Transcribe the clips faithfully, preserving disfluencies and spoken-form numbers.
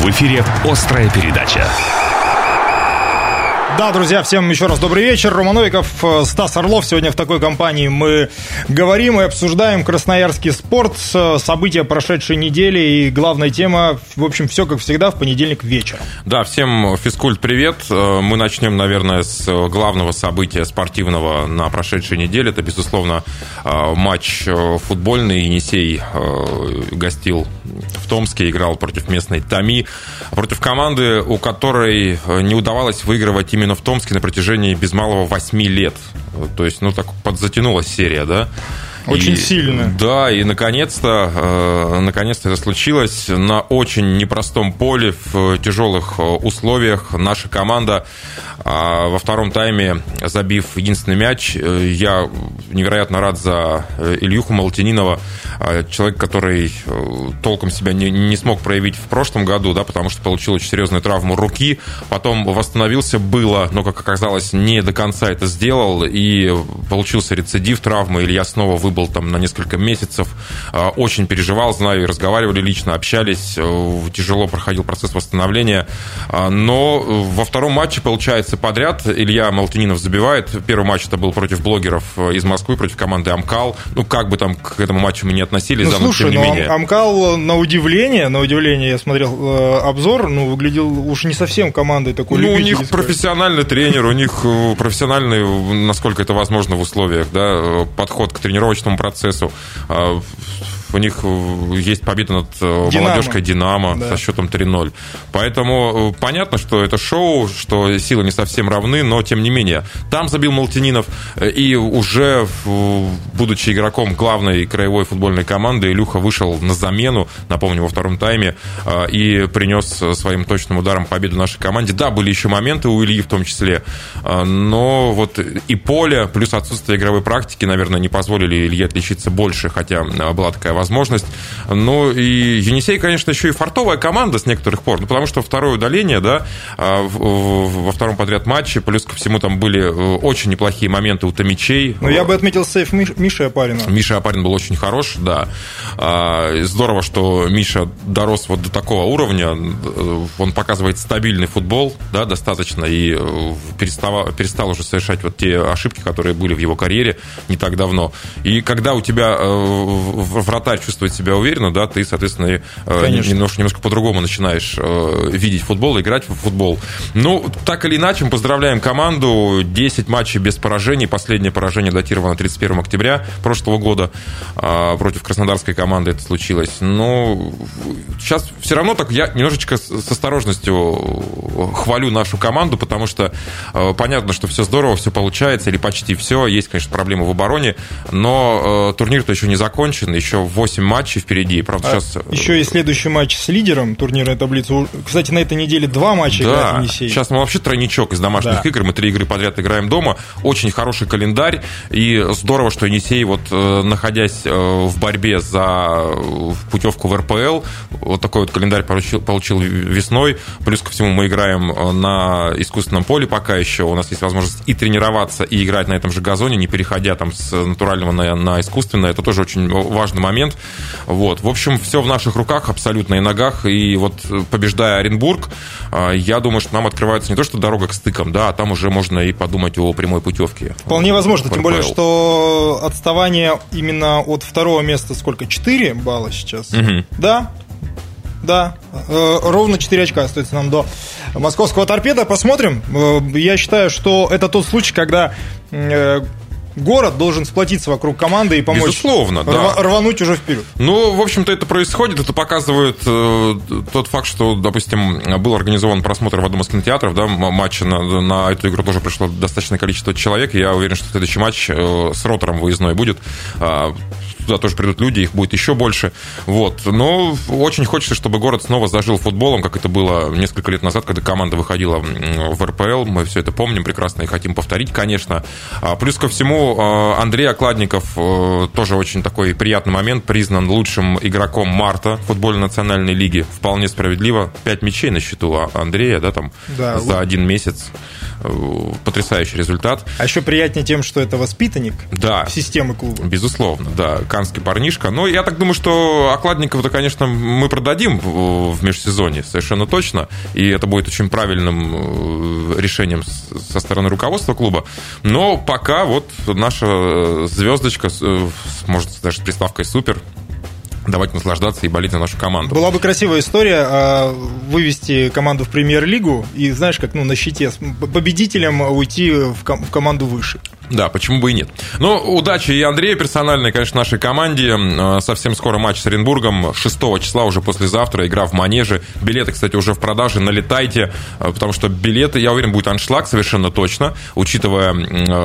В эфире «Острая передача». Да, друзья, всем еще раз добрый вечер. Роман Новиков, Стас Орлов. Сегодня в такой компании мы говорим и обсуждаем красноярский спорт, события прошедшей недели и главная тема, в общем, все как всегда в понедельник вечером. Да, всем физкульт привет. Мы начнем, наверное, с главного события спортивного на прошедшей неделе. Это, безусловно, матч футбольный. Енисей гостил в Томске, играл против местной ТАМИ, против команды, у которой не удавалось выигрывать именно в Томске на протяжении без малого восьми лет. То есть, ну, так подзатянулась серия, да? Очень и, сильно. Да, и наконец-то, э, наконец-то это случилось на очень непростом поле, в тяжелых условиях. Наша команда э, во втором тайме, забив единственный мяч, э, я невероятно рад за Ильюху Молотининова, э, человек, который э, толком себя не, не смог проявить в прошлом году, да, потому что получил очень серьезную травму руки, потом восстановился было, но, как оказалось, не до конца это сделал, и получился рецидив травмы. Илья снова выбыл был там на несколько месяцев, очень переживал, знаю, и разговаривали лично, общались, тяжело проходил процесс восстановления, но во втором матче, получается, подряд Илья Молотининов забивает. Первый матч это был против блогеров из Москвы, против команды «Амкал». Ну, как бы там к этому матчу мы не относились, ну, да, слушай, но тем не ну, менее. «Амкал» на удивление, на удивление, я смотрел э, обзор, ну, выглядел уж не совсем командой такой Ну, у любительской. них профессиональный тренер, у них профессиональный, насколько это возможно в условиях, да, подход к тренировочному процессу. У них есть победа над Динамо. молодежкой «Динамо», да, со счетом три ноль. Поэтому понятно, что это шоу, что силы не совсем равны, но тем не менее. Там забил Молотининов, и уже, будучи игроком главной краевой футбольной команды, Илюха вышел на замену, напомню, во втором тайме, и принес своим точным ударом победу нашей команде. Да, были еще моменты у Ильи в том числе, но вот и поле, плюс отсутствие игровой практики, наверное, не позволили Илье отличиться больше, хотя была такая возможность. возможность. Ну, и Енисей, конечно, еще и фартовая команда с некоторых пор, ну, потому что второе удаление, да, во втором подряд матче, плюс ко всему там были очень неплохие моменты у томичей. Ну, я бы отметил сейф Миши Опарина. Миша Опарин был очень хорош, да. Здорово, что Миша дорос вот до такого уровня, он показывает стабильный футбол, да, достаточно, и перестал, перестал уже совершать вот те ошибки, которые были в его карьере не так давно. И когда у тебя вратарь чувствует себя уверенно, да, ты, соответственно, немножко, немножко по-другому начинаешь видеть футбол, играть в футбол. Ну, так или иначе, мы поздравляем команду. десять матчей без поражений. Последнее поражение датировано тридцать первого октября прошлого года. Против краснодарской команды это случилось. Но сейчас все равно так я немножечко с осторожностью хвалю нашу команду, потому что понятно, что все здорово, все получается, или почти все. Есть, конечно, проблемы в обороне, но турнир-то еще не закончен, еще восемь матчей впереди. Правда, а сейчас... Еще и следующий матч с лидером турнирной таблицы. Кстати, на этой неделе два матча, да, играет Енисей. Сейчас мы вообще тройничок из домашних, да, игр. Мы три игры подряд играем дома. Очень хороший календарь. И здорово, что Енисей, вот, находясь в борьбе за путевку в эр пэ эл, вот такой вот календарь получил, получил весной. Плюс ко всему мы играем на искусственном поле пока еще. У нас есть возможность и тренироваться, и играть на этом же газоне, не переходя там с натурального на, на искусственное. Это тоже очень важный момент. Вот. В общем, все в наших руках, абсолютно, и ногах. И вот, побеждая Оренбург, я думаю, что нам открывается не то, что дорога к стыкам, да, а там уже можно и подумать о прямой путевке. Вполне возможно, тем более, что отставание именно от второго места сколько? четыре балла сейчас? Угу. Да? Да, ровно четыре очка остается нам до московского «Торпедо». Посмотрим. Я считаю, что это тот случай, когда город должен сплотиться вокруг команды и помочь. Безусловно, рва- да. рвануть уже вперед. Ну, в общем-то, это происходит. Это показывает э, тот факт, что, допустим, был организован просмотр в одном из кинотеатров, да, матча на, на эту игру тоже пришло достаточное количество человек. Я уверен, что следующий матч э, с Ротором выездной будет. Э, туда тоже придут люди, их будет еще больше. Вот. Но очень хочется, чтобы город снова зажил футболом, как это было несколько лет назад, когда команда выходила в эр пэ эл. Мы все это помним прекрасно и хотим повторить, конечно. Плюс ко всему, Андрей Окладников, тоже очень такой приятный момент, признан лучшим игроком марта футбольной национальной лиги. Вполне справедливо. Пять мячей на счету Андрея, да, там, да, за один месяц. Потрясающий результат. А еще приятнее тем, что это воспитанник, да, системы клуба. Безусловно, да. американский парнишка. Но я так думаю, что Окладникова-то, конечно, мы продадим в межсезонье, совершенно точно. И это будет очень правильным решением со стороны руководства клуба. Но пока вот наша звездочка, может, даже с приставкой «Супер», давайте наслаждаться и болеть за нашу команду. Была бы красивая история вывести команду в премьер-лигу и, знаешь, как ну, на щите с победителем уйти в, ком- в команду выше. Да, почему бы и нет. Но удачи и Андрею персональной, конечно, нашей команде. Совсем скоро матч с Оренбургом. шестого числа, уже послезавтра, игра в Манеже. Билеты, кстати, уже в продаже. Налетайте, потому что билеты, я уверен, будет аншлаг совершенно точно, учитывая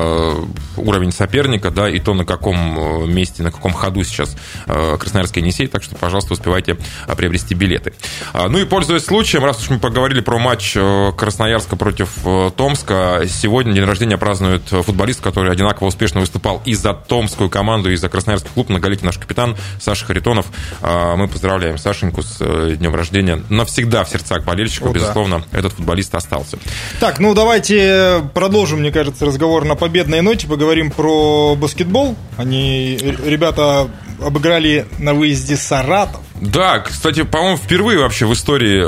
уровень соперника, да, и то, на каком месте, на каком ходу сейчас Красноярский Енисей. Так что, пожалуйста, успевайте приобрести билеты. Ну и, пользуясь случаем, раз уж мы поговорили про матч Красноярска против Томска, сегодня день рождения празднует футболист, который одинаково успешно выступал и за томскую команду, и за красноярский клуб. Многолетний наш капитан Саша Харитонов. Мы поздравляем Сашеньку с днем рождения. Навсегда в сердцах болельщиков, О, безусловно, да. Этот футболист остался. Так, ну давайте продолжим, мне кажется, разговор на победной ноте. Поговорим про баскетбол. Они, ребята, обыграли на выезде Саратов. Да, кстати, по-моему, впервые вообще в истории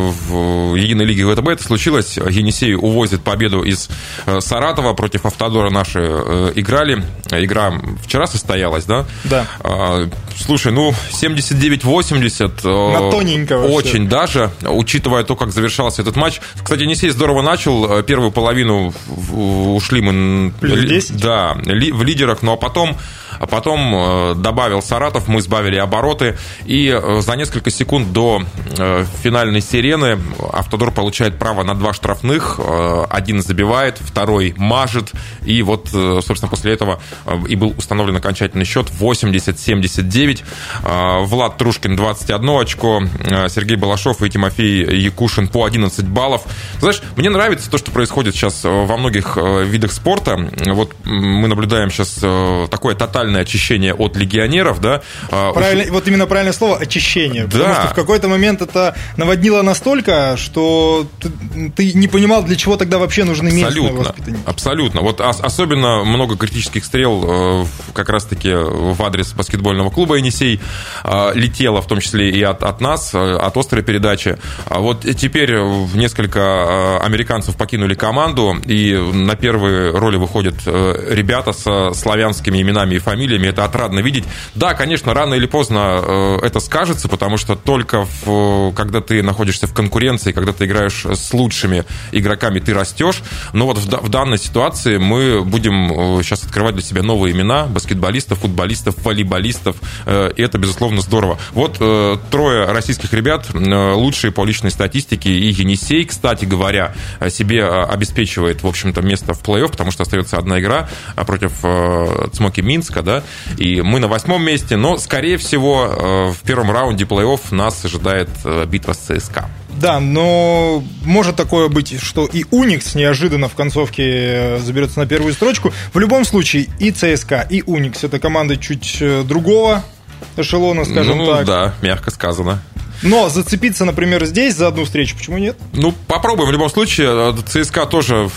в Единой лиге ВТБ это случилось. Енисей увозит победу из Саратова. Против Автодора наши играли. Игра вчера состоялась, да? Да. Слушай, ну, семьдесят девять восемьдесят. На тоненько вообще. Очень даже, учитывая то, как завершался этот матч. Кстати, Енисей здорово начал. Первую половину ушли мы... Плюс десять? Да, в лидерах, но потом... А потом добавил Саратов, мы сбавили обороты, и за несколько секунд до финальной сирены Автодор получает право на два штрафных. Один забивает, второй мажет, и вот, собственно, после этого и был установлен окончательный счет восемьдесят семьдесят девять. Влад Трушкин двадцать одно очко, Сергей Балашов и Тимофей Якушин по одиннадцать баллов. Знаешь, мне нравится то, что происходит сейчас во многих видах спорта. Вот мы наблюдаем сейчас такое тотальное очищение от легионеров, да. Правильно, Уж... Вот именно правильное слово очищение. Да. Потому что в какой-то момент это наводнило настолько, что ты, ты не понимал, для чего тогда вообще нужны местные воспитанники. Абсолютно. Вот особенно много критических стрел как раз-таки в адрес баскетбольного клуба «Енисей» летело, в том числе и от, от нас, от острой передачи. Вот теперь несколько американцев покинули команду, и на первые роли выходят ребята со славянскими именами и фамилиями. Это отрадно видеть. Да, конечно, рано или поздно это скажется, потому что только в, когда ты находишься в конкуренции, когда ты играешь с лучшими игроками, ты растешь. Но вот в, в данной ситуации мы будем сейчас открывать для себя новые имена баскетболистов, футболистов, волейболистов. И это, безусловно, здорово. Вот трое российских ребят, лучшие по личной статистике. И Енисей, кстати говоря, себе обеспечивает, в общем-то, место в плей-офф, потому что остается одна игра против Цмоки Минска, да, и мы на восьмом месте, но, скорее всего, в первом раунде плей-офф нас ожидает битва с ЦСКА. Да, но может такое быть, что и Уникс неожиданно в концовке заберется на первую строчку. В любом случае, и ЦСКА, и Уникс — это команды чуть другого эшелона, скажем ну, так. Ну да, мягко сказано. Но зацепиться, например, здесь за одну встречу, почему нет? Ну, попробуем. В любом случае, ЦСКА тоже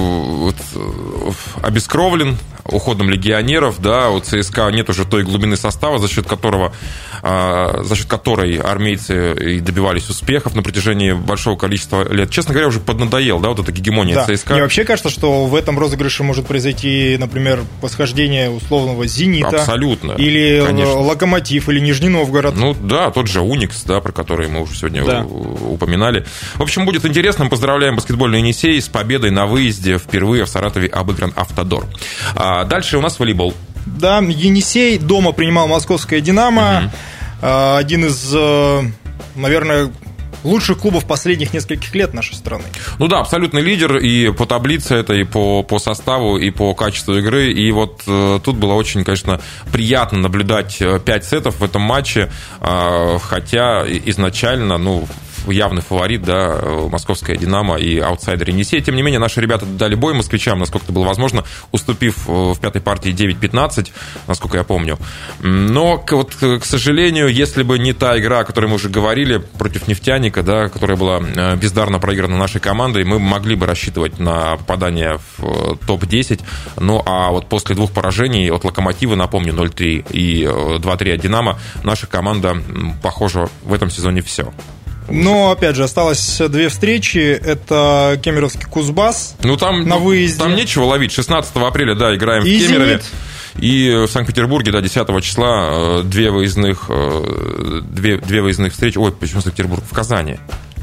обескровлен уходом легионеров, да, у ЦСКА нет уже той глубины состава, за счет которого, за счет которой армейцы и добивались успехов на протяжении большого количества лет. Честно говоря, уже поднадоел, да, вот эта гегемония да. ЦСКА. Мне вообще кажется, что в этом розыгрыше может произойти, например, восхождение условного «Зенита». Абсолютно. Или конечно. «Локомотив», или Нижний Новгород. Ну да, тот же Уникс, да, про который мы уже сегодня да. упоминали. В общем, будет интересно. Поздравляем баскетбольный Енисей с победой на выезде. Впервые в Саратове обыгран Автодор. А дальше у нас волейбол. Да, Енисей дома принимал московское «Динамо». Угу. Один из, наверное, лучших клубов последних нескольких лет нашей страны. Ну да, абсолютный лидер и по таблице это, и по, по составу, и по качеству игры. И вот э, тут было очень, конечно, приятно наблюдать пять сетов в этом матче, э, хотя изначально, ну, явный фаворит, да, московская «Динамо» и аутсайдер «Енисей». Тем не менее, наши ребята дали бой москвичам, насколько это было возможно, уступив в пятой партии девять пятнадцать, насколько я помню. Но, вот, к сожалению, если бы не та игра, о которой мы уже говорили, против «Нефтяника», да, которая была бездарно проиграна нашей командой, мы могли бы рассчитывать на попадание в топ десять. Ну, а вот после двух поражений от «Локомотива», напомню, ноль три и два три от «Динамо», наша команда, похоже, в этом сезоне все. Но, опять же, осталось две встречи. Это кемеровский Кузбасс, ну, там, на выезде. Там нечего ловить. шестнадцатого апреля, да, играем и в Кемерове. «Зенит». И в Санкт-Петербурге, да, десятого числа две выездных, две, две выездных встречи. Ой, почему Санкт-Петербург? В Казани.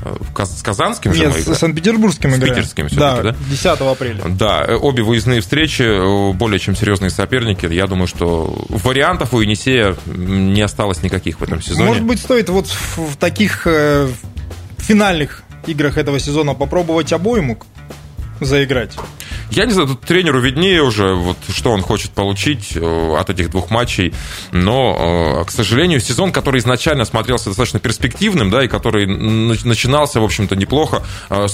С казанским же Нет, мы играем? с Санкт-Петербургским играем. С питерским все-таки, да? Да, десятого апреля. Да, обе выездные встречи, более чем серьезные соперники. Я думаю, что вариантов у «Енисея» не осталось никаких в этом сезоне. Может быть, стоит вот в таких э, финальных играх этого сезона попробовать обойму заиграть? Я не знаю, тут тренеру виднее уже, вот, что он хочет получить от этих двух матчей, но, к сожалению, сезон, который изначально смотрелся достаточно перспективным, да, и который начинался, в общем-то, неплохо, с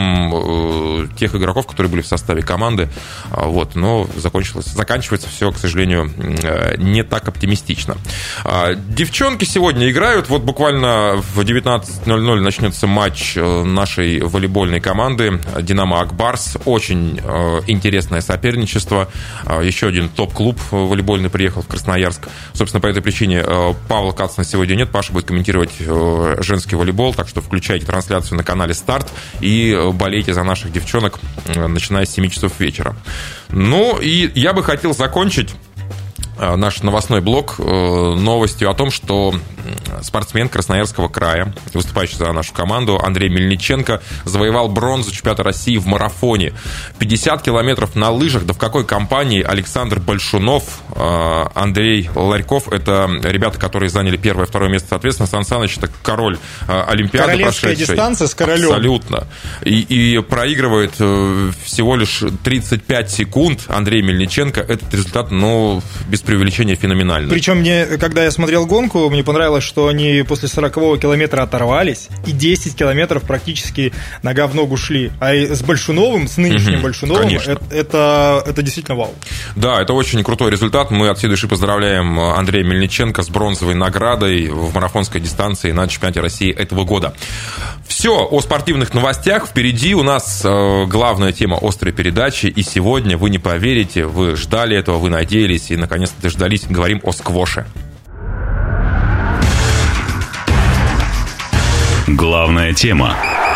учетом тех игроков, которые были в составе команды, вот, но закончилось, заканчивается все, к сожалению, не так оптимистично. Девчонки сегодня играют, вот буквально в девятнадцать ноль ноль начнется матч нашей волейбольной команды «Динамо Акбарс», очень интересное соперничество. Еще один топ-клуб волейбольный приехал в Красноярск. Собственно, по этой причине Павла Кацина сегодня нет. Паша будет комментировать женский волейбол, так что включайте трансляцию на канале «Старт» и болейте за наших девчонок, начиная с семи часов вечера. Ну, и я бы хотел закончить наш новостной блок новостью о том, что спортсмен Красноярского края, выступающий за нашу команду, Андрей Мельниченко, завоевал бронзу чемпионата России в марафоне. пятьдесят километров на лыжах. Да в какой компании? Александр Большунов, Андрей Ларьков. Это ребята, которые заняли первое и второе место, соответственно. Сан Саныч — это король Олимпиады. Королевская прошедшей. Дистанция с королем. Абсолютно. И, и проигрывает всего лишь тридцать пять секунд Андрей Мельниченко. Этот результат, ну, без преувеличения, феноменальный. Причем мне, когда я смотрел гонку, мне понравилось, что они после сорокового километра оторвались и десять километров практически нога в ногу шли. А с Большуновым, с нынешним угу, Большуновым, это, это, это действительно вау. Да, это очень крутой результат. Мы от всей души поздравляем Андрея Мельниченко с бронзовой наградой в марафонской дистанции на чемпионате России этого года. Все о спортивных новостях. Впереди у нас главная тема острой передачи. И сегодня, вы не поверите, вы ждали этого, вы надеялись и наконец-то дождались. Говорим о сквоше. Главная тема.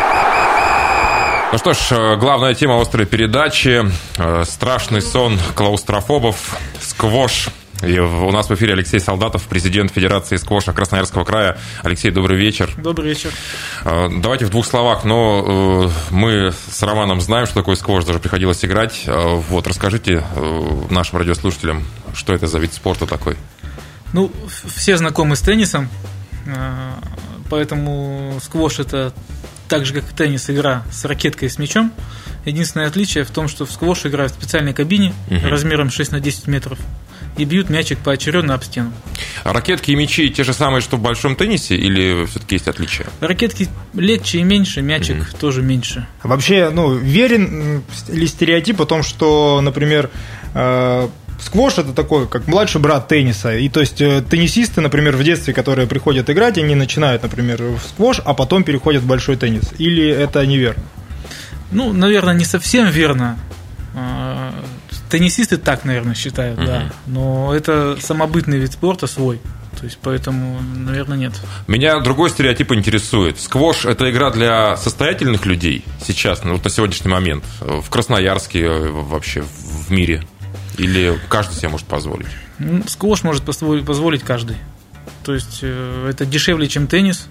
Ну что ж, главная тема острой передачи. Страшный сон клаустрофобов. Сквош. И у нас в эфире Алексей Солдатов, президент Федерации сквоша Красноярского края. Алексей, добрый вечер. Добрый вечер. Давайте в двух словах, но мы с Романом знаем, что такое сквош, даже приходилось играть. Вот, расскажите нашим радиослушателям, что это за вид спорта такой? Ну, все знакомы с теннисом, поэтому сквош — это так же, как и теннис, игра с ракеткой и с мячом. Единственное отличие в том, что в сквош играют в специальной кабине uh-huh. размером шесть на десять метров и бьют мячик поочередно об стену. А ракетки и мячи те же самые, что в большом теннисе, или все-таки есть отличия? Ракетки легче и меньше, мячик uh-huh. тоже меньше. Вообще, ну, верен ли стереотип о том, что, например, э- сквош — это такой, как младший брат тенниса. И то есть теннисисты, например, в детстве, которые приходят играть, они начинают, например, в сквош, а потом переходят в большой теннис. Или это неверно? Ну, наверное, не совсем верно. Теннисисты так, наверное, считают, uh-huh. да. Но это самобытный вид спорта свой. То есть, поэтому, наверное, нет. Меня другой стереотип интересует. Сквош – это игра для состоятельных людей сейчас, ну, вот на сегодняшний момент, в Красноярске, вообще в мире? Или каждый себе может позволить? Сквош может позволить каждый. То есть это дешевле, чем теннис.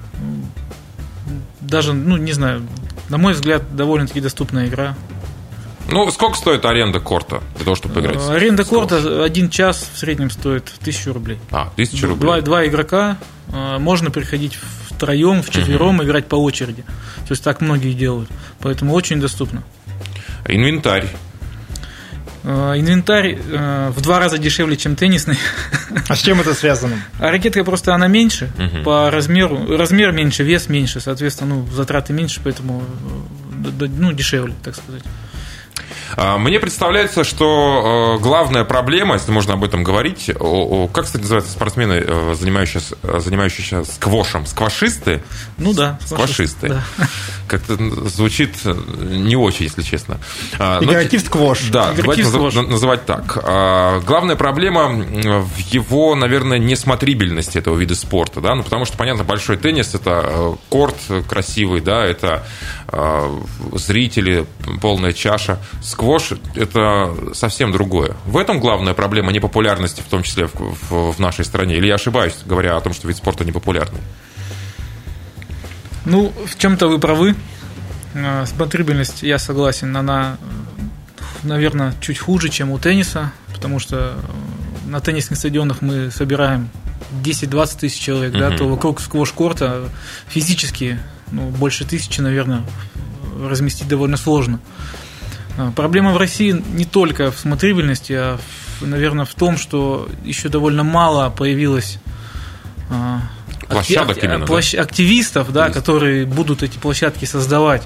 Даже, ну, не знаю, на мой взгляд, довольно-таки доступная игра. Ну, сколько стоит аренда корта для того, чтобы поиграть? Аренда корта один час в среднем стоит тысячу рублей. А, тысячу рублей. Два, два игрока, можно приходить втроем, вчетвером, uh-huh. играть по очереди. То есть так многие делают. Поэтому очень доступно. Инвентарь. Инвентарь в два раза дешевле, чем теннисный. А с чем это связано? А ракетка просто она меньше uh-huh. по размеру. Размер меньше, вес меньше, соответственно, ну, затраты меньше, поэтому ну, дешевле, так сказать. Мне представляется, что главная проблема, если можно об этом говорить, как, кстати, называются спортсмены, занимающиеся, занимающиеся сквошем? Сквошисты? Ну да. Сквошисты. Да. Как-то звучит не очень, если честно. Игроки в сквош. Да, давайте называть так. Главная проблема в его, наверное, несмотрибельности этого вида спорта. Да? Ну, потому что, понятно, большой теннис – это корт красивый, да, это зрители, полная чаша. Сквош – это совсем другое. В этом главная проблема непопулярности, в том числе в, в, в нашей стране. Или я ошибаюсь, говоря о том, что вид спорта непопулярный? Ну, в чем-то вы правы. Смотрибельность, я согласен, она, наверное, чуть хуже, чем у тенниса, потому что на теннисных стадионах мы собираем десять-двадцать тысяч человек, uh-huh. да, то вокруг сквош-корта физически ну, больше тысячи, наверное, разместить довольно сложно. Проблема в России не только в смотрибельности, а, наверное, в том, что еще довольно мало появилось площадок акти- именно, площ- да? активистов, да, которые будут эти площадки создавать.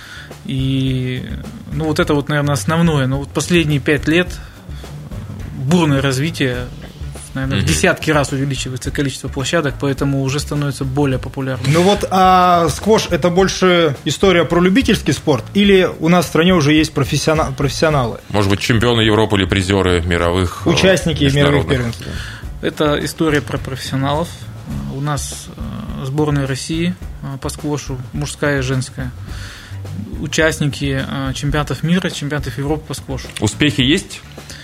И ну, вот это вот, наверное, основное. Но вот последние пять лет бурное развитие, наверное, mm-hmm. в десятки раз увеличивается количество площадок, поэтому уже становится более популярным. Ну вот, а сквош – это больше история про любительский спорт, или у нас в стране уже есть профессионал, профессионалы? Может быть, чемпионы Европы или призеры мировых участники мировых первенств? Это история про профессионалов. У нас сборная России по сквошу, мужская и женская. Участники чемпионатов мира, чемпионатов Европы по сквошу. Успехи есть?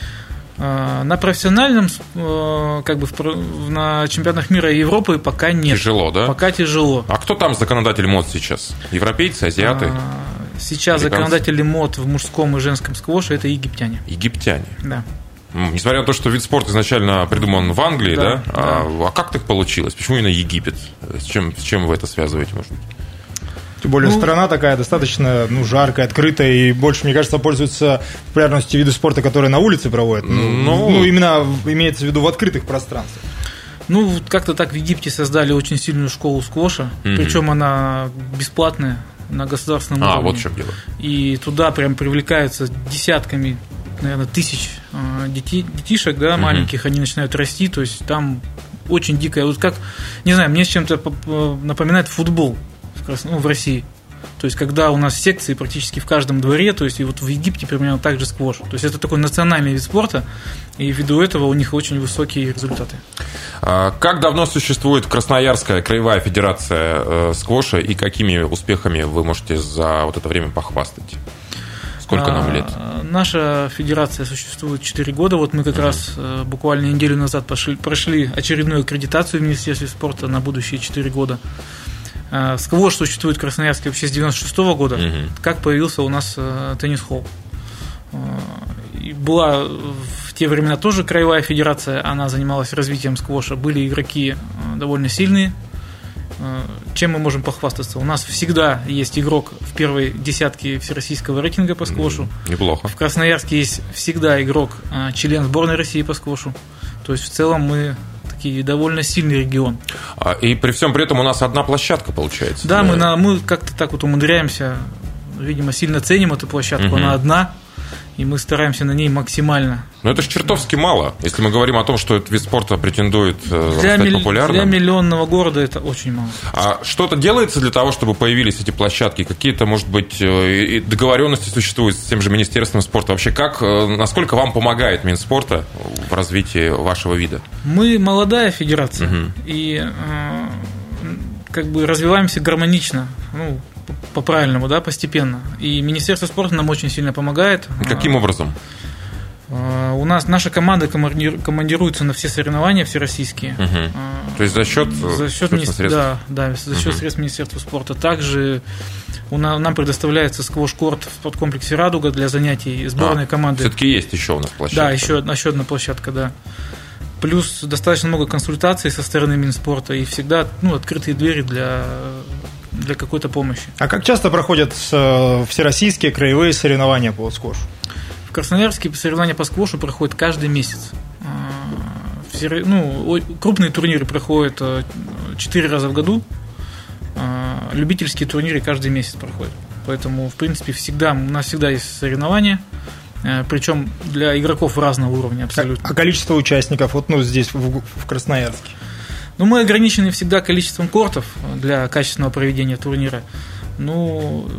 На профессиональном, как бы на чемпионатах мира и Европы пока нет. Тяжело, да? Пока тяжело. А кто там законодатель мод сейчас? Европейцы, азиаты? Сейчас законодатели мод в мужском и женском сквоше – это египтяне. Египтяне? Да. Несмотря на то, что вид спорта изначально придуман в Англии, да? да? да. А, а как так получилось? Почему именно Египет? С чем, с чем вы это связываете, может быть? Тем более, ну, страна такая достаточно ну, жаркая, открытая, и больше, мне кажется, пользуется популярностью виды спорта, которые на улице проводят. Ну, ну, именно имеется в виду в открытых пространствах. Ну, как-то так в Египте создали очень сильную школу сквоша, mm-hmm. причем она бесплатная на государственном а, уровне. Вот в чем дело. И туда прям привлекаются десятками, наверное, тысяч детей, детишек, да, mm-hmm. маленьких, они начинают расти, то есть там очень дикая, вот как, не знаю, мне с чем-то напоминает футбол. Ну, в России. То есть, когда у нас секции практически в каждом дворе, то есть, и вот в Египте примерно так же сквош. То есть, это такой национальный вид спорта, и ввиду этого у них очень высокие результаты. Как давно существует Красноярская краевая федерация сквоша, и какими успехами вы можете за вот это время похвастать? Сколько нам лет? Наша федерация существует четыре года. Вот мы как uh-huh. раз буквально неделю назад пошли, прошли очередную аккредитацию в Министерстве спорта на будущие четыре года. Сквош существует в Красноярске вообще с девяносто шестого года, uh-huh. как появился у нас теннис-холл. И была в те времена тоже краевая федерация, она занималась развитием сквоша. Были игроки довольно сильные. Чем мы можем похвастаться? У нас всегда есть игрок в первой десятке всероссийского рейтинга по сквошу. Mm, неплохо. В Красноярске есть всегда игрок, член сборной России по сквошу. То есть в целом мы такой довольно сильный регион. И при всем при этом у нас одна площадка получается. Да, да? Мы, на, мы как-то так вот умудряемся, видимо, сильно ценим эту площадку. Угу. Она одна, и мы стараемся на ней максимально. Но это же чертовски мало, если мы говорим о том, что этот вид спорта претендует для стать милли... популярным. Для миллионного города это очень мало. А что-то делается для того, чтобы появились эти площадки? Какие-то, может быть, договоренности существуют с тем же Министерством спорта? Вообще, как, насколько вам помогает Минспорта в развитии вашего вида? Мы молодая федерация, угу. и как бы развиваемся гармонично, ну, по-правильному, да, постепенно. И Министерство спорта нам очень сильно помогает. Каким образом? У нас наша команда командируется на все соревнования всероссийские. Угу. То есть за счет, за счет министер... средств? Да, да, за счет угу. средств Министерства спорта. Также у нас, нам предоставляется сквош-корт в спорткомплексе «Радуга» для занятий сборной а, команды. Все-таки есть еще у нас площадка. Да, еще, еще одна площадка, да. Плюс достаточно много консультаций со стороны Минспорта и всегда ну, открытые двери для... для какой-то помощи. А как часто проходят всероссийские краевые соревнования по сквошу? В Красноярске соревнования по сквошу проходят каждый месяц. Ну, крупные турниры проходят четыре раза в году, любительские турниры каждый месяц проходят. Поэтому, в принципе, всегда, у нас всегда есть соревнования, причем для игроков разного уровня абсолютно. А количество участников вот, ну, здесь, в, в Красноярске? Ну, мы ограничены всегда количеством кортов для качественного проведения турнира. Ну,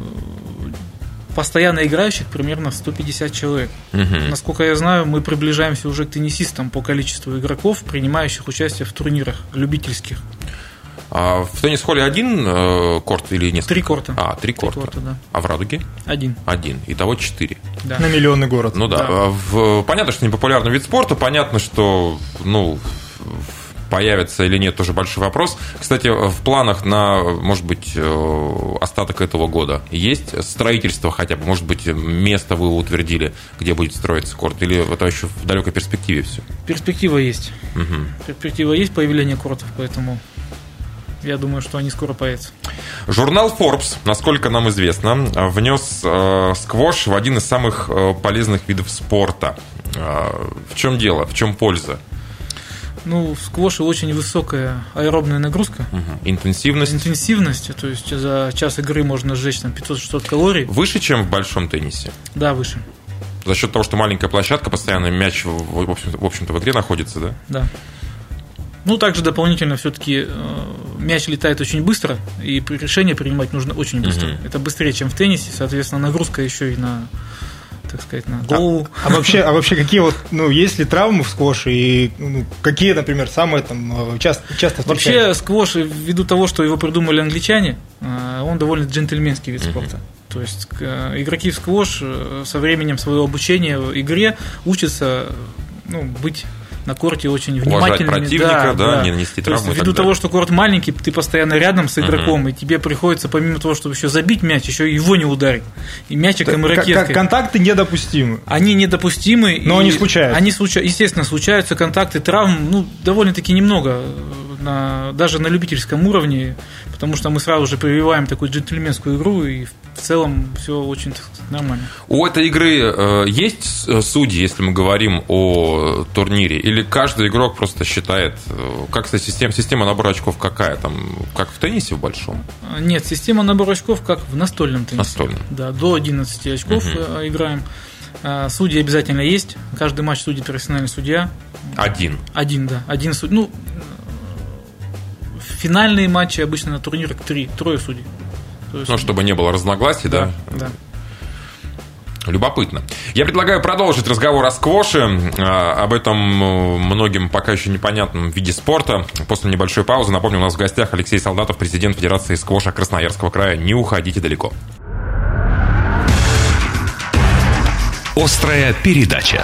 постоянно играющих примерно сто пятьдесят человек. Угу. Насколько я знаю, мы приближаемся уже к теннисистам по количеству игроков, принимающих участие в турнирах любительских. А в теннис-холле один э, корт или несколько? Три корта. А, три, три корта. корта, да. А в Радуге? Один. Один. Итого четыре. Да. На миллионный город. Ну да. да. В, понятно, что непопулярный вид спорта, понятно, что, ну, появится или нет, тоже большой вопрос. Кстати, в планах на, может быть, остаток этого года есть строительство хотя бы? Может быть, место вы утвердили, где будет строиться корт? Или это еще в далекой перспективе все? Перспектива есть. Угу. Перспектива есть появления кортов, поэтому я думаю, что они скоро появятся. Журнал Forbes, насколько нам известно, внес э, сквош в один из самых э, полезных видов спорта. Э, в чем дело? В чем польза? Ну, в сквоше очень высокая аэробная нагрузка. Угу. Интенсивность. Интенсивность, то есть за час игры можно сжечь там пятьсот-шестьсот калорий. Выше, чем в большом теннисе? Да, выше. За счет того, что маленькая площадка, постоянно мяч, в общем-то, в общем-то, в игре находится, да? Да. Ну, также дополнительно все-таки мяч летает очень быстро, и решение принимать нужно очень быстро. Угу. Это быстрее, чем в теннисе, соответственно, нагрузка еще и на, так сказать, на голову. А, а, вообще, а вообще какие вот, ну, есть ли травмы в сквоше, и ну, какие, например, самые там часто, часто встречаются? Вообще сквош, ввиду того, что его придумали англичане, он довольно джентльменский вид спорта. Угу. То есть игроки в сквош со временем своего обучения в игре учатся, ну, быть на корте очень внимательными. Уважать противника, да, да, да. Не нанести травму. То есть, ввиду того, что корт маленький, ты постоянно рядом с игроком, uh-huh. и тебе приходится, помимо того, чтобы еще забить мяч, еще его не ударить. И мячиком, и ракеткой. Контакты недопустимы. Они недопустимы. Но они случаются. Они, случа... естественно, случаются. Контакты, травм, ну, довольно-таки немного. На... Даже на любительском уровне. Потому что мы сразу же прививаем такую джентльменскую игру, и в целом все очень нормально. У этой игры э, есть судьи, если мы говорим о турнире? Или каждый игрок просто считает, как, кстати, система, система набора очков какая? Там, как в теннисе в большом? Нет, система набора очков как в настольном теннисе. Настольном. Да, до одиннадцати очков угу. играем. Судьи обязательно есть. Каждый матч судит профессиональный судья. Один? Один, да. Один судья. Ну, финальные матчи обычно на турнирах три, трое судей. Есть... Ну, чтобы не было разногласий, да? Да. Любопытно. Я предлагаю продолжить разговор о сквоше, об этом многим пока еще непонятном виде спорта. После небольшой паузы, напомню, у нас в гостях Алексей Солдатов, президент Федерации сквоша Красноярского края. Не уходите далеко. Острая передача.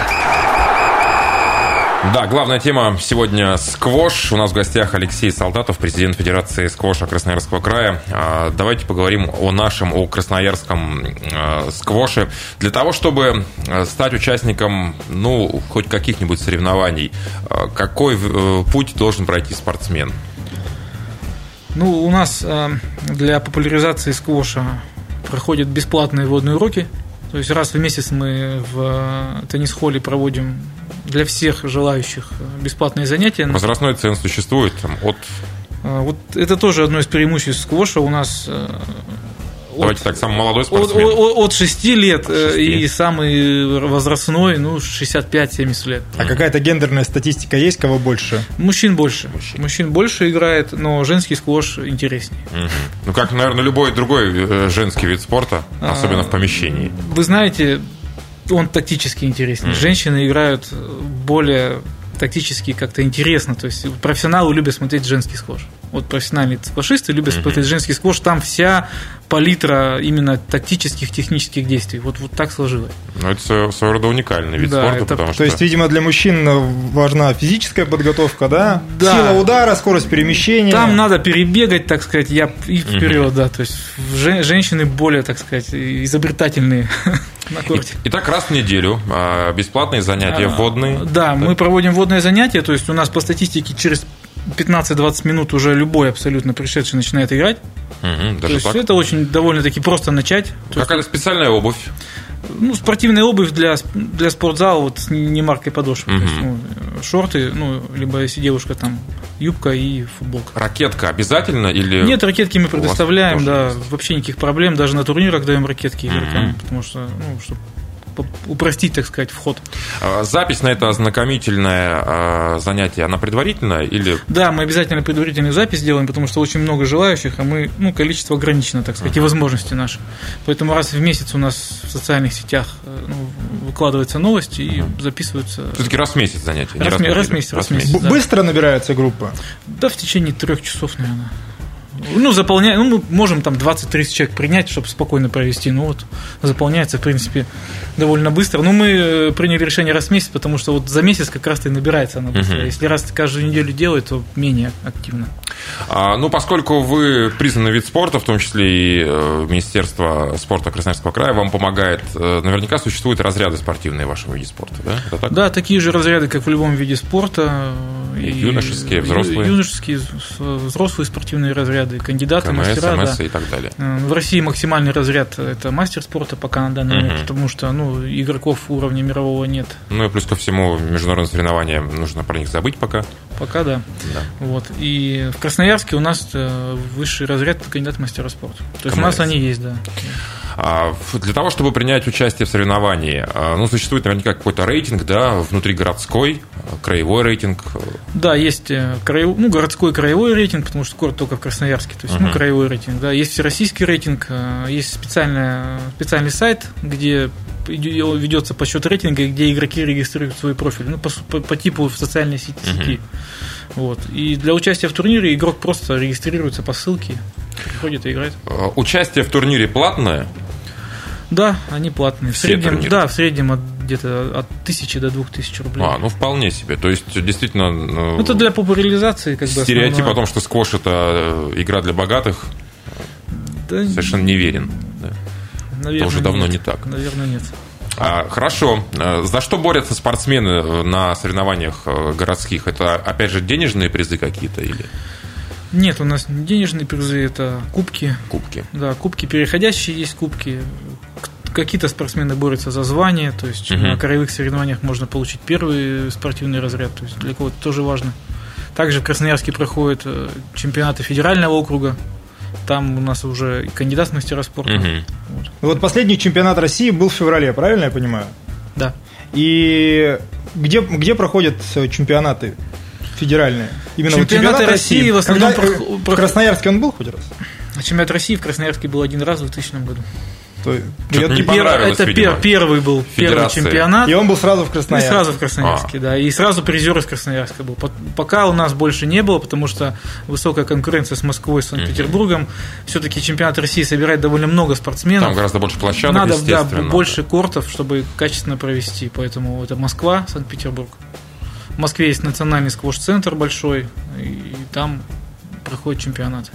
Да, главная тема сегодня сквош. У нас в гостях Алексей Солдатов, президент Федерации сквоша Красноярского края. Давайте поговорим о нашем, о красноярском сквоше. Для того, чтобы стать участником, ну, хоть каких-нибудь соревнований, какой путь должен пройти спортсмен? Ну, у нас для популяризации сквоша проходят бесплатные водные уроки. То есть раз в месяц мы в теннис-холле проводим для всех желающих бесплатные занятия. Возрастной ценз существует там, от... Вот это тоже одно из преимуществ сквоша. У нас Давайте от, так, самый молодой спортсмен. От, от, от шести лет от шести. И самый возрастной, ну, шестьдесят пять - семьдесят лет. А mm. какая-то гендерная статистика есть, кого больше? Мужчин больше. Мужчин, Мужчин больше играет, но женский сквош интереснее. Mm-hmm. Ну, как, наверное, любой другой женский вид спорта, особенно а, в помещении. Вы знаете, он тактически интереснее. Mm. Женщины играют более тактически как-то интересно. То есть профессионалы любят смотреть женский сквош. Вот профессиональные сквошисты любят mm-hmm. смотреть женский сквош. Там вся палитра именно тактических, технических действий. Вот, вот так сложилось. Ну, это своего рода уникальный вид да, спорта. Это... Потому То что... есть, видимо, для мужчин важна физическая подготовка, да? Да. Сила удара, скорость перемещения. Там надо перебегать, так сказать, я и вперед, mm-hmm. да. То есть женщины более, так сказать, изобретательные на корте. Итак, раз в неделю бесплатные занятия водные. Да, мы проводим водные занятия. То есть у нас по статистике через пятнадцать-двадцать минут уже любой абсолютно пришедший начинает играть. Угу, То есть так? Это очень довольно-таки просто начать. Какая-то специальная обувь? Ну, спортивная обувь для, для спортзала вот с немаркой подошвы. Uh-huh. То есть, ну, шорты, ну, либо если девушка, там, юбка и футболка. Ракетка обязательно или... Нет, ракетки мы предоставляем, да, есть? Вообще никаких проблем. Даже на турнирах даем ракетки игрокам, uh-huh. потому что, ну, чтобы упростить, так сказать, вход. Запись на это ознакомительное занятие, она предварительная или... Да, мы обязательно предварительную запись делаем, потому что очень много желающих, а мы, ну, количество ограничено, так сказать, uh-huh. и возможности наши. Поэтому раз в месяц у нас в социальных сетях, ну, выкладываются новости и uh-huh. записываются... Все-таки раз в месяц занятия? Раз, раз, раз, раз в месяц. Раз в месяц, да. Быстро набирается группа? Да, в течение трех часов, наверное. Ну, заполняем, ну, мы можем там двадцать-тридцать человек принять, чтобы спокойно провести. Ну, вот, заполняется, в принципе, довольно быстро. Но мы приняли решение раз в месяц, потому что вот за месяц как раз-то и набирается она быстро. Uh-huh. Если раз каждую неделю делать, то менее активно. А, ну, поскольку вы признанный вид спорта, в том числе и э, Министерство спорта Красноярского края вам помогает, э, наверняка существуют разряды спортивные в вашем виде спорта, да? Это так? Да, такие же разряды, как в любом виде спорта. И юношеские, взрослые. Юношеские, взрослые спортивные разряды, кандидаты, КМС, мастера. МС да. и так далее. В России максимальный разряд – это мастер спорта пока на данный момент, uh-huh. потому что ну, игроков уровня мирового нет. Ну и плюс ко всему международные соревнования, нужно про них забыть пока. Пока, да. да. Вот. И в Красноярске у нас высший разряд – кандидат мастера спорта. То есть КМС. У нас они есть, да. Для того, чтобы принять участие в соревновании, ну, существует наверняка какой-то рейтинг, да, внутригородской, краевой рейтинг. Да, есть краев... ну, городской краевой рейтинг, потому что город только в Красноярске, то есть uh-huh. ну, краевой рейтинг. Да. Есть всероссийский рейтинг, есть специальный, специальный сайт, где ведется подсчет рейтинга, где игроки регистрируют свой профиль, ну, по, по, по типу в социальной сети. Uh-huh. Вот. И для участия в турнире игрок просто регистрируется по ссылке, приходит и играет. Участие в турнире платное? Да, они платные. В среднем, да, в среднем от, где-то от тысячи до двух тысяч рублей. А, ну вполне себе. То есть, действительно... Ну, это для популяризации, как бы. Стереотип основное. о том, что сквош – это игра для богатых, да, совершенно неверен. Да. Наверное, это уже давно нет. не так. Наверное, нет. А, хорошо. За что борются спортсмены на соревнованиях городских? Это, опять же, денежные призы какие-то или... Нет, у нас денежные призы, это кубки. Кубки. Да, кубки переходящие есть кубки. Какие-то спортсмены борются за звание, то есть uh-huh. на краевых соревнованиях можно получить первый спортивный разряд, то есть для кого-то тоже важно. Также в Красноярске проходят чемпионаты федерального округа. Там у нас уже и кандидат в мастера спорта. Uh-huh. Вот. Вот последний чемпионат России был в феврале, правильно я понимаю? Да. И где, где проходят чемпионаты федеральные? Именно чемпионаты вот чемпионат России, России в основном... Когда, про... В Красноярске он был хоть раз? Чемпионат России в Красноярске был один раз в двухтысячном году. То... Я... Не понравилось, это видимо, первый был первый чемпионат. И он был сразу в Красноярске. И сразу в Красноярске, а. да. И сразу призер из Красноярска был. Пока у нас больше не было, потому что высокая конкуренция с Москвой, с Санкт-Петербургом. Угу. Все-таки чемпионат России собирает довольно много спортсменов. Там гораздо больше площадок, надо, естественно. Да, больше кортов, чтобы качественно провести. Поэтому это Москва, Санкт-Петербург. В Москве есть национальный сквош-центр большой, и там проходит чемпионат.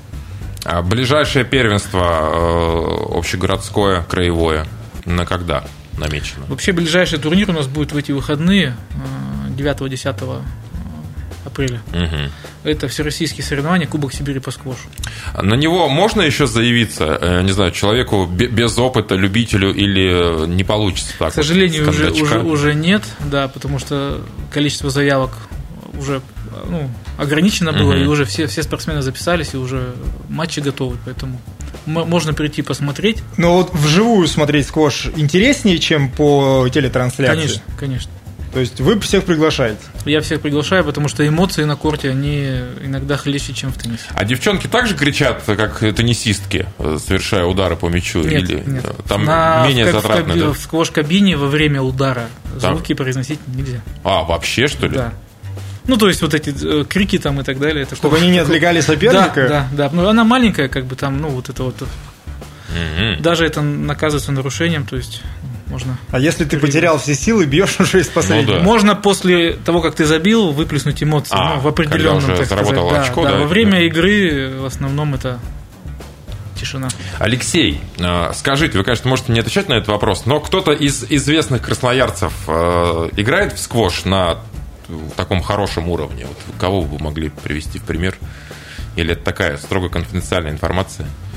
А ближайшее первенство общегородское, краевое, на когда намечено? Вообще ближайший турнир у нас будет в эти выходные, девятого-десятого апреля. Угу. Это всероссийские соревнования Кубок Сибири по сквошу. На него можно еще заявиться, не знаю, человеку без опыта, любителю, или не получится так? К сожалению, вот, уже, уже, уже нет, да, потому что количество заявок уже ну, ограничено было, uh-huh. и уже все, все спортсмены записались, и уже матчи готовы, поэтому можно прийти посмотреть. Но вот вживую смотреть сквош интереснее, чем по телетрансляции? Конечно, конечно. То есть вы всех приглашаете? Я всех приглашаю, потому что эмоции на корте, они иногда хлеще, чем в теннисе. А девчонки также кричат, как теннисистки, совершая удары по мячу? Нет, или нет. Там на, менее в, затратно, в, да? В сквош-кабине во время удара там? звуки произносить нельзя. А, вообще, что ли? Да. Ну, то есть, вот эти э, крики там и так далее. Это Чтобы они не отвлекали соперника? Да, да, да. Ну, она маленькая, как бы там, ну, вот это вот. Mm-hmm. Даже это наказывается нарушением, то есть можно... А если ты потерял все силы, бьешь уже из последнего? Ну, да. Можно после того, как ты забил, выплеснуть эмоции, а, ну, в определенном, когда уже так сказать. Да, очко, да, да, во время да. игры в основном это тишина. Алексей, скажите, вы, конечно, можете не отвечать на этот вопрос, но кто-то из известных красноярцев играет в сквош на таком хорошем уровне? Вот кого вы могли привести в пример? Или это такая строго конфиденциальная информация?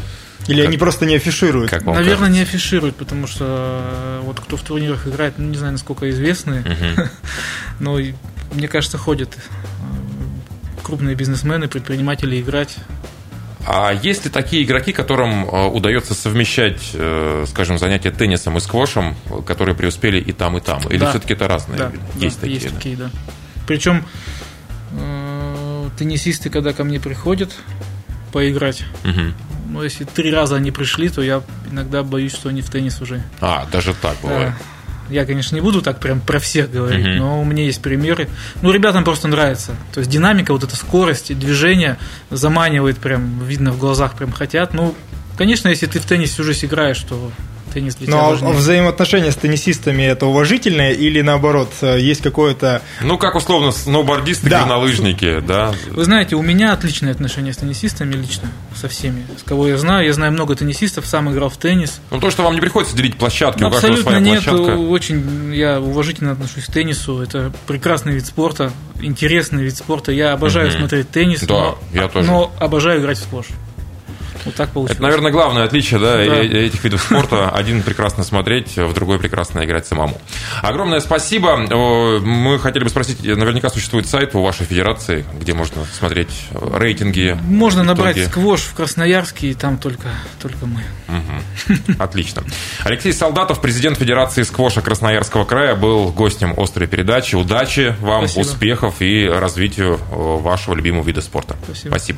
Или как? Они просто не афишируют? Как Наверное, кажется? Не афишируют, потому что вот кто в турнирах играет, ну, не знаю, насколько известные, uh-huh. но мне кажется, ходят крупные бизнесмены, предприниматели играть. А есть ли такие игроки, которым удается совмещать, скажем, занятия теннисом и сквошем, которые преуспели и там, и там? Или да. все-таки это разные? Да, есть да, такие, есть да? такие, да. Причем теннисисты, когда ко мне приходят поиграть, угу. ну, если три раза они пришли, то я иногда боюсь, что они в теннис уже. А, даже так бывает. Я, конечно, не буду так прям про всех говорить, uh-huh. но у меня есть примеры. Ну, ребятам просто нравится. То есть динамика, вот эта скорость, движение заманивает прям, видно в глазах, прям хотят. Ну, конечно, если ты в теннис уже играешь, то теннис для тебя ну, важнее. А взаимоотношения с теннисистами это уважительное или наоборот, есть какое-то... Ну, как условно, сноубордисты, да. горнолыжники, да. Вы знаете, у меня отличные отношения с теннисистами лично, со всеми, с кого я знаю. Я знаю много теннисистов, сам играл в теннис. Ну, то, что вам не приходится делить площадки, ну, у каждого своя нет, площадка. Абсолютно нет, очень я уважительно отношусь к теннису. Это прекрасный вид спорта, интересный вид спорта. Я обожаю угу. смотреть теннис, да, но, я тоже. но обожаю играть в сквош. Вот так получилось. Это, наверное, главное отличие, да, да. этих видов спорта. Один прекрасно смотреть, в другой прекрасно играть самому. Огромное спасибо. Мы хотели бы спросить, наверняка существует сайт у вашей федерации, где можно смотреть рейтинги. Можно набрать сквош в Красноярске, и там только, только мы. Угу. Отлично. Алексей Солдатов, президент Федерации сквоша Красноярского края, был гостем «Острой передачи». Удачи вам, спасибо. Успехов и развитию вашего любимого вида спорта. Спасибо. Спасибо.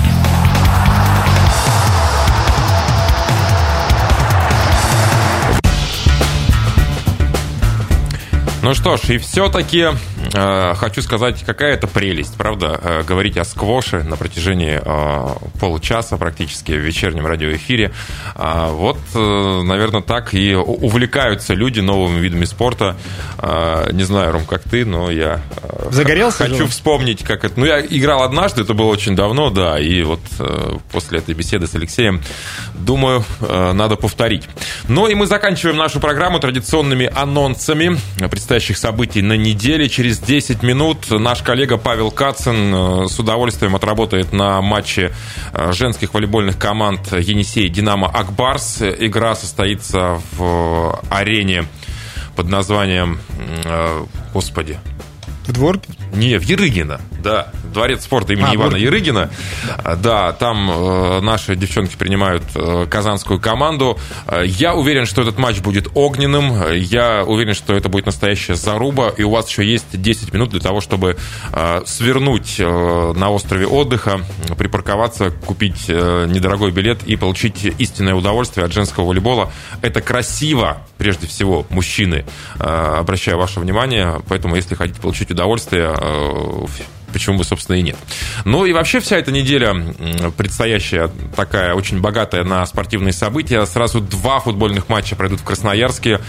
Ну что ж, и все-таки э, хочу сказать, какая это прелесть, правда, э, говорить о сквоше на протяжении э, получаса практически в вечернем радиоэфире. Э, вот, э, наверное, так и увлекаются люди новыми видами спорта. Э, не знаю, Ром, как ты, но я э, Загорелся хочу же? вспомнить, как это... Ну, я играл однажды, это было очень давно, да, и вот э, после этой беседы с Алексеем, думаю, э, надо повторить. Ну, и мы заканчиваем нашу программу традиционными анонсами предстоящих событий на неделе. Через десять минут наш коллега Павел Кацин с удовольствием отработает на матче женских волейбольных команд Енисей Динамо Акбарс. Игра состоится в арене под названием... Господи... В Дворпе? Не, в Ярыгино, да. Дворец спорта имени а, Ивана Дворпе. Ярыгина. Да, там э, наши девчонки принимают э, казанскую команду. Я уверен, что этот матч будет огненным. Я уверен, что это будет настоящая заруба. И у вас еще есть десять минут для того, чтобы э, свернуть э, на острове отдыха, припарковаться, купить э, недорогой билет и получить истинное удовольствие от женского волейбола. Это красиво, прежде всего, мужчины. Э, обращаю ваше внимание. Поэтому, если хотите получить удовольствие, почему бы, собственно, и нет. Ну и вообще вся эта неделя предстоящая такая очень богатая на спортивные события. Сразу два футбольных матча пройдут в Красноярске.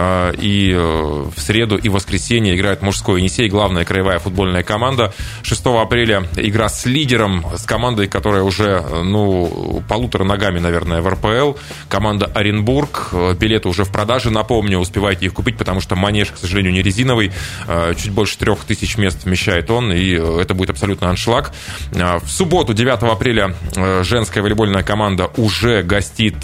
И в среду, и в воскресенье играет мужской Енисей, главная краевая футбольная команда. шестого апреля игра с лидером, с командой, которая уже, ну, полутора ногами, наверное, в эр пэ эл. Команда Оренбург. Билеты уже в продаже, напомню, успевайте их купить, потому что манеж, к сожалению, не резиновый. Чуть больше трех тысяч мест вмещает он, и это будет абсолютно аншлаг. В субботу, девятого апреля, женская волейбольная команда уже гостит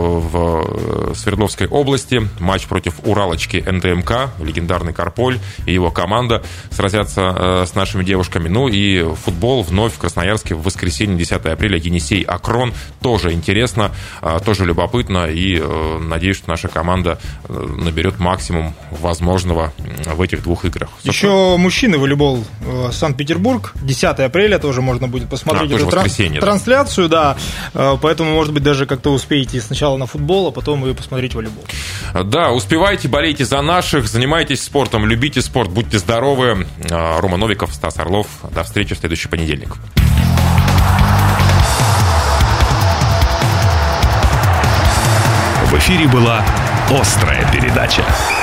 в Свердловской области. Матч против Уралочки эн тэ эм ка. Легендарный Карполь и его команда сразятся с нашими девушками. Ну и футбол вновь в Красноярске в воскресенье, десятого апреля. Енисей Акрон. Тоже интересно, тоже любопытно. И надеюсь, что наша команда наберет максимум возможного в этих двух играх. Еще мужчины волейбол Санкт-Петербург. десятого апреля тоже можно будет посмотреть а, эту тран- трансляцию, да. да. Поэтому, может быть, даже как-то успеете сначала на футбол, а потом и посмотреть волейбол. Да, успевайте, болейте за наших, занимайтесь спортом, любите спорт, будьте здоровы. Рома Новиков, Стас Орлов. До встречи в следующий понедельник. В эфире была «Острая передача».